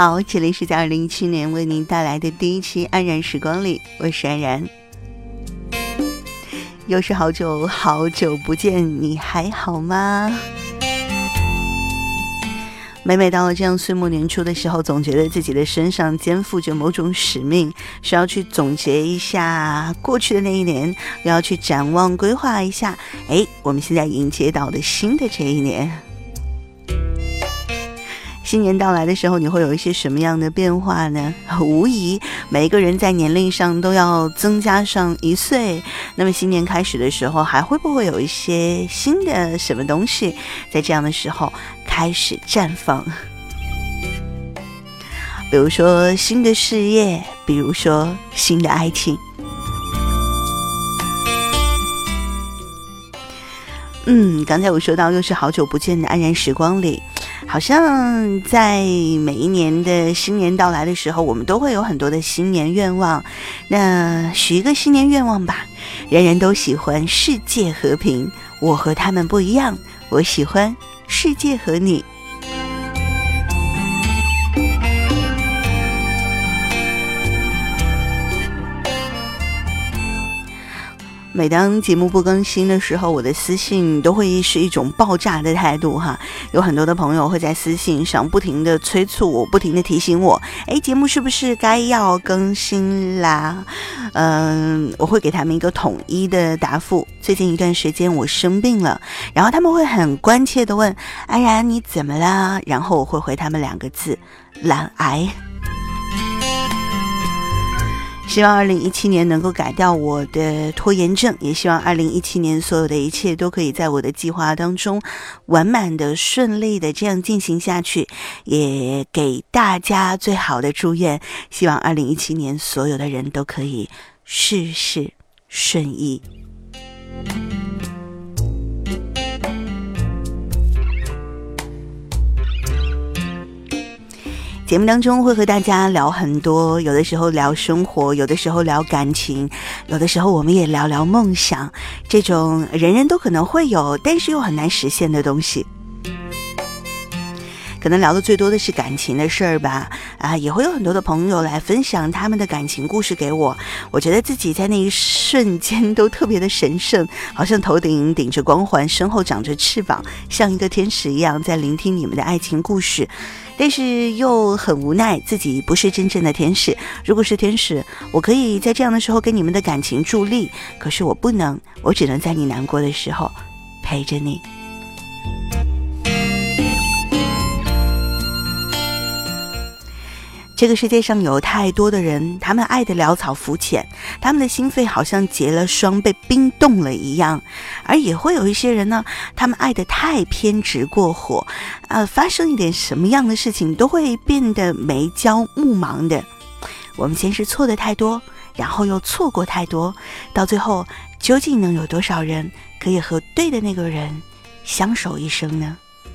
好，这里是在2017年为您带来的第一期安然时光里，我是安然。又是好久好久不见，你还好吗？每到了这样岁末年初的时候，总觉得自己的身上肩负着某种使命，需要去总结一下过去的那一年，又要去展望规划一下，我们现在迎接到的新的这一年。新年到来的时候，你会有一些什么样的变化呢？无疑每一个人在年龄上都要增加上1岁，那么新年开始的时候，还会不会有一些新的什么东西在这样的时候开始绽放？比如说新的事业，比如说新的爱情。刚才我说到又是好久不见的安然时光里，好像在每一年的新年到来的时候，我们都会有很多的新年愿望。那许一个新年愿望吧，人人都喜欢世界和平，我和他们不一样，我喜欢世界和你。每当节目不更新的时候，我的私信都会是一种爆炸的态度哈。有很多的朋友会在私信上不停的催促我，不停的提醒我，节目是不是该要更新啦？我会给他们一个统一的答复。最近一段时间我生病了，然后他们会很关切的问，安然你怎么啦？然后我会回他们2个字，懒癌。希望2017年能够改掉我的拖延症，也希望2017年所有的一切都可以在我的计划当中完满的顺利的这样进行下去，也给大家最好的祝愿，希望2017年所有的人都可以事事顺意。节目当中会和大家聊很多，有的时候聊生活，有的时候聊感情，有的时候我们也聊聊梦想，这种人人都可能会有但是又很难实现的东西。可能聊的最多的是感情的事儿吧，也会有很多的朋友来分享他们的感情故事给我。我觉得自己在那一瞬间都特别的神圣，好像头顶顶着光环，身后长着翅膀，像一个天使一样在聆听你们的爱情故事。但是又很无奈，自己不是真正的天使。如果是天使，我可以在这样的时候给你们的感情助力，可是我不能，我只能在你难过的时候陪着你。这个世界上有太多的人，他们爱得潦草肤浅，他们的心肺好像结了霜，被冰冻了一样。而也会有一些人呢，他们爱得太偏执过火，发生一点什么样的事情都会变得眉焦目盲的。我们先是错的太多，然后又错过太多，到最后究竟能有多少人可以和对的那个人相守一生呢？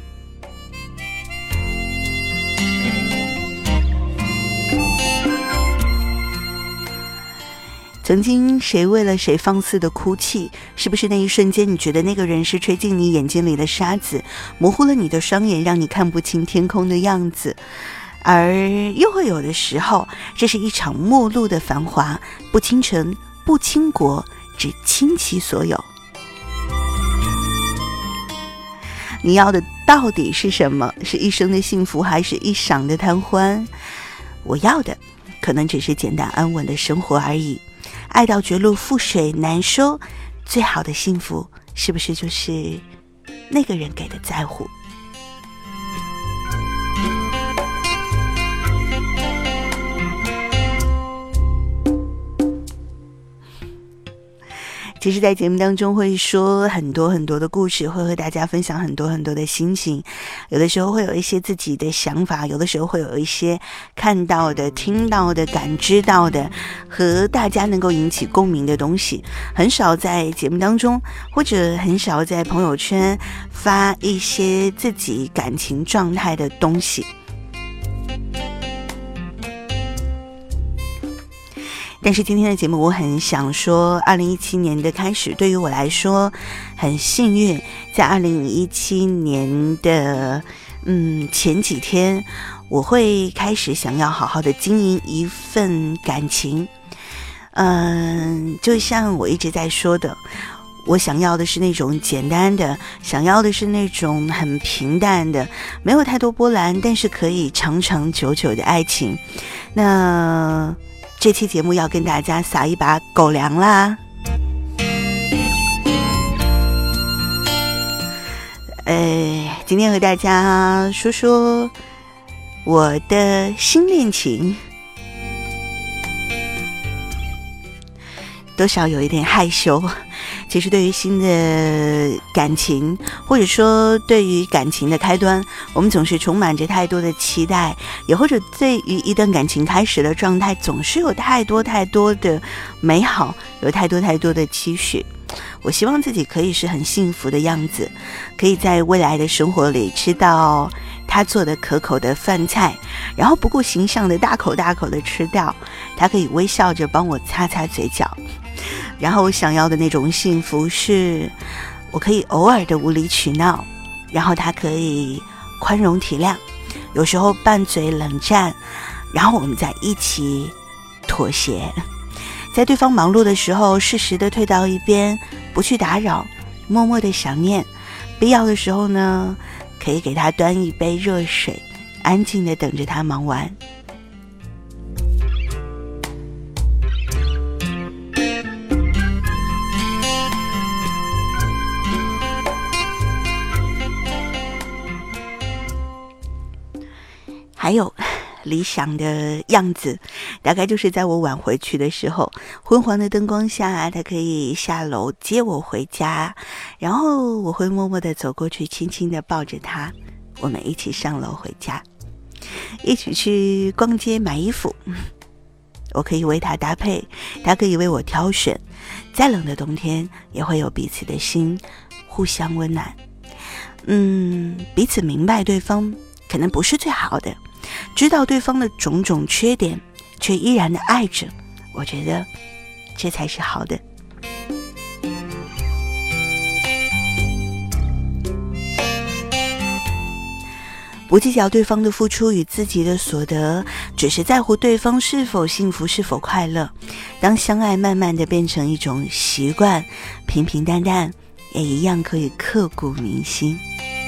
曾经谁为了谁放肆的哭泣，是不是那一瞬间你觉得那个人是吹进你眼睛里的沙子，模糊了你的双眼，让你看不清天空的样子？而又会有的时候，这是一场末路的繁华，不倾城，不倾国，只倾其所有。你要的到底是什么？是一生的幸福，还是一晌的贪欢？我要的可能只是简单安稳的生活而已。爱到绝路覆水难收，最好的幸福是不是就是那个人给的在乎？其实在节目当中会说很多很多的故事，会和大家分享很多很多的心情，有的时候会有一些自己的想法，有的时候会有一些看到的、听到的、感知到的和大家能够引起共鸣的东西，很少在节目当中，或者很少在朋友圈发一些自己感情状态的东西。但是今天的节目我很想说，2017年的开始对于我来说很幸运，在2017年的前几天， 我会开始想要好好的经营一份感情。就像我一直在说的，我想要的是那种简单的，想要的是那种很平淡的，没有太多波澜，但是可以长长久久的爱情。那这期节目要跟大家撒一把狗粮啦。今天和大家说说我的新恋情，多少有一点害羞。其实对于新的感情，或者说对于感情的开端，我们总是充满着太多的期待，也或者对于一段感情开始的状态，总是有太多的美好，有太多的期许。我希望自己可以是很幸福的样子，可以在未来的生活里吃到他做的可口的饭菜，然后不顾形象的大口的吃掉，他可以微笑着帮我擦擦嘴角。然后我想要的那种幸福是，我可以偶尔的无理取闹，然后他可以宽容体谅，有时候拌嘴冷战，然后我们再一起妥协，在对方忙碌的时候适时的退到一边，不去打扰，默默的想念，必要的时候呢，可以给他端一杯热水，安静的等着他忙完。还有理想的样子，大概就是在我晚回去的时候，昏黄的灯光下，他可以下楼接我回家，然后我会默默地走过去，轻轻地抱着他，我们一起上楼回家，一起去逛街买衣服，我可以为他搭配，他可以为我挑选，再冷的冬天也会有彼此的心互相温暖。彼此明白对方可能不是最好的，知道对方的种种缺点，却依然的爱着，我觉得这才是好的。不计较对方的付出与自己的所得，只是在乎对方是否幸福，是否快乐。当相爱慢慢的变成一种习惯，平平淡淡也一样可以刻骨铭心。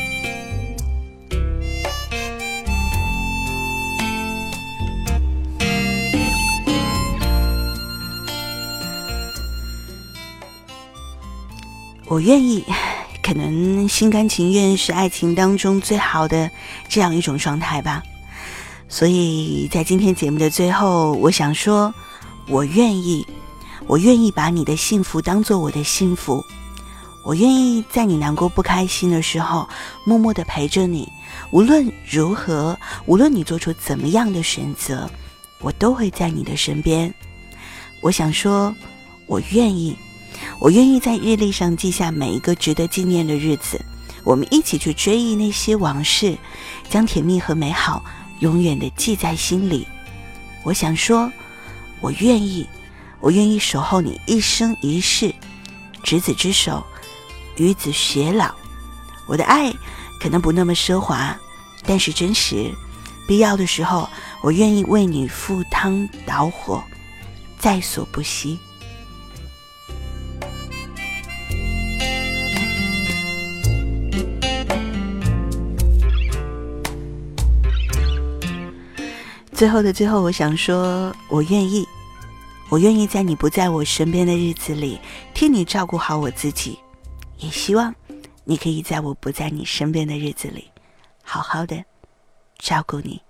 我愿意，可能心甘情愿是爱情当中最好的这样一种状态吧。所以在今天节目的最后，我想说，我愿意把你的幸福当作我的幸福，我愿意在你难过不开心的时候，默默地陪着你，无论如何，无论你做出怎么样的选择，我都会在你的身边。我想说，我愿意在日历上记下每一个值得纪念的日子，我们一起去追忆那些往事，将甜蜜和美好永远地记在心里。我想说，我愿意守候你一生一世，执子之手，与子偕老。我的爱可能不那么奢华，但是真实，必要的时候，我愿意为你赴汤蹈火，在所不惜。最后的最后，我想说，我愿意在你不在我身边的日子里，替你照顾好我自己，也希望你可以在我不在你身边的日子里，好好的照顾你。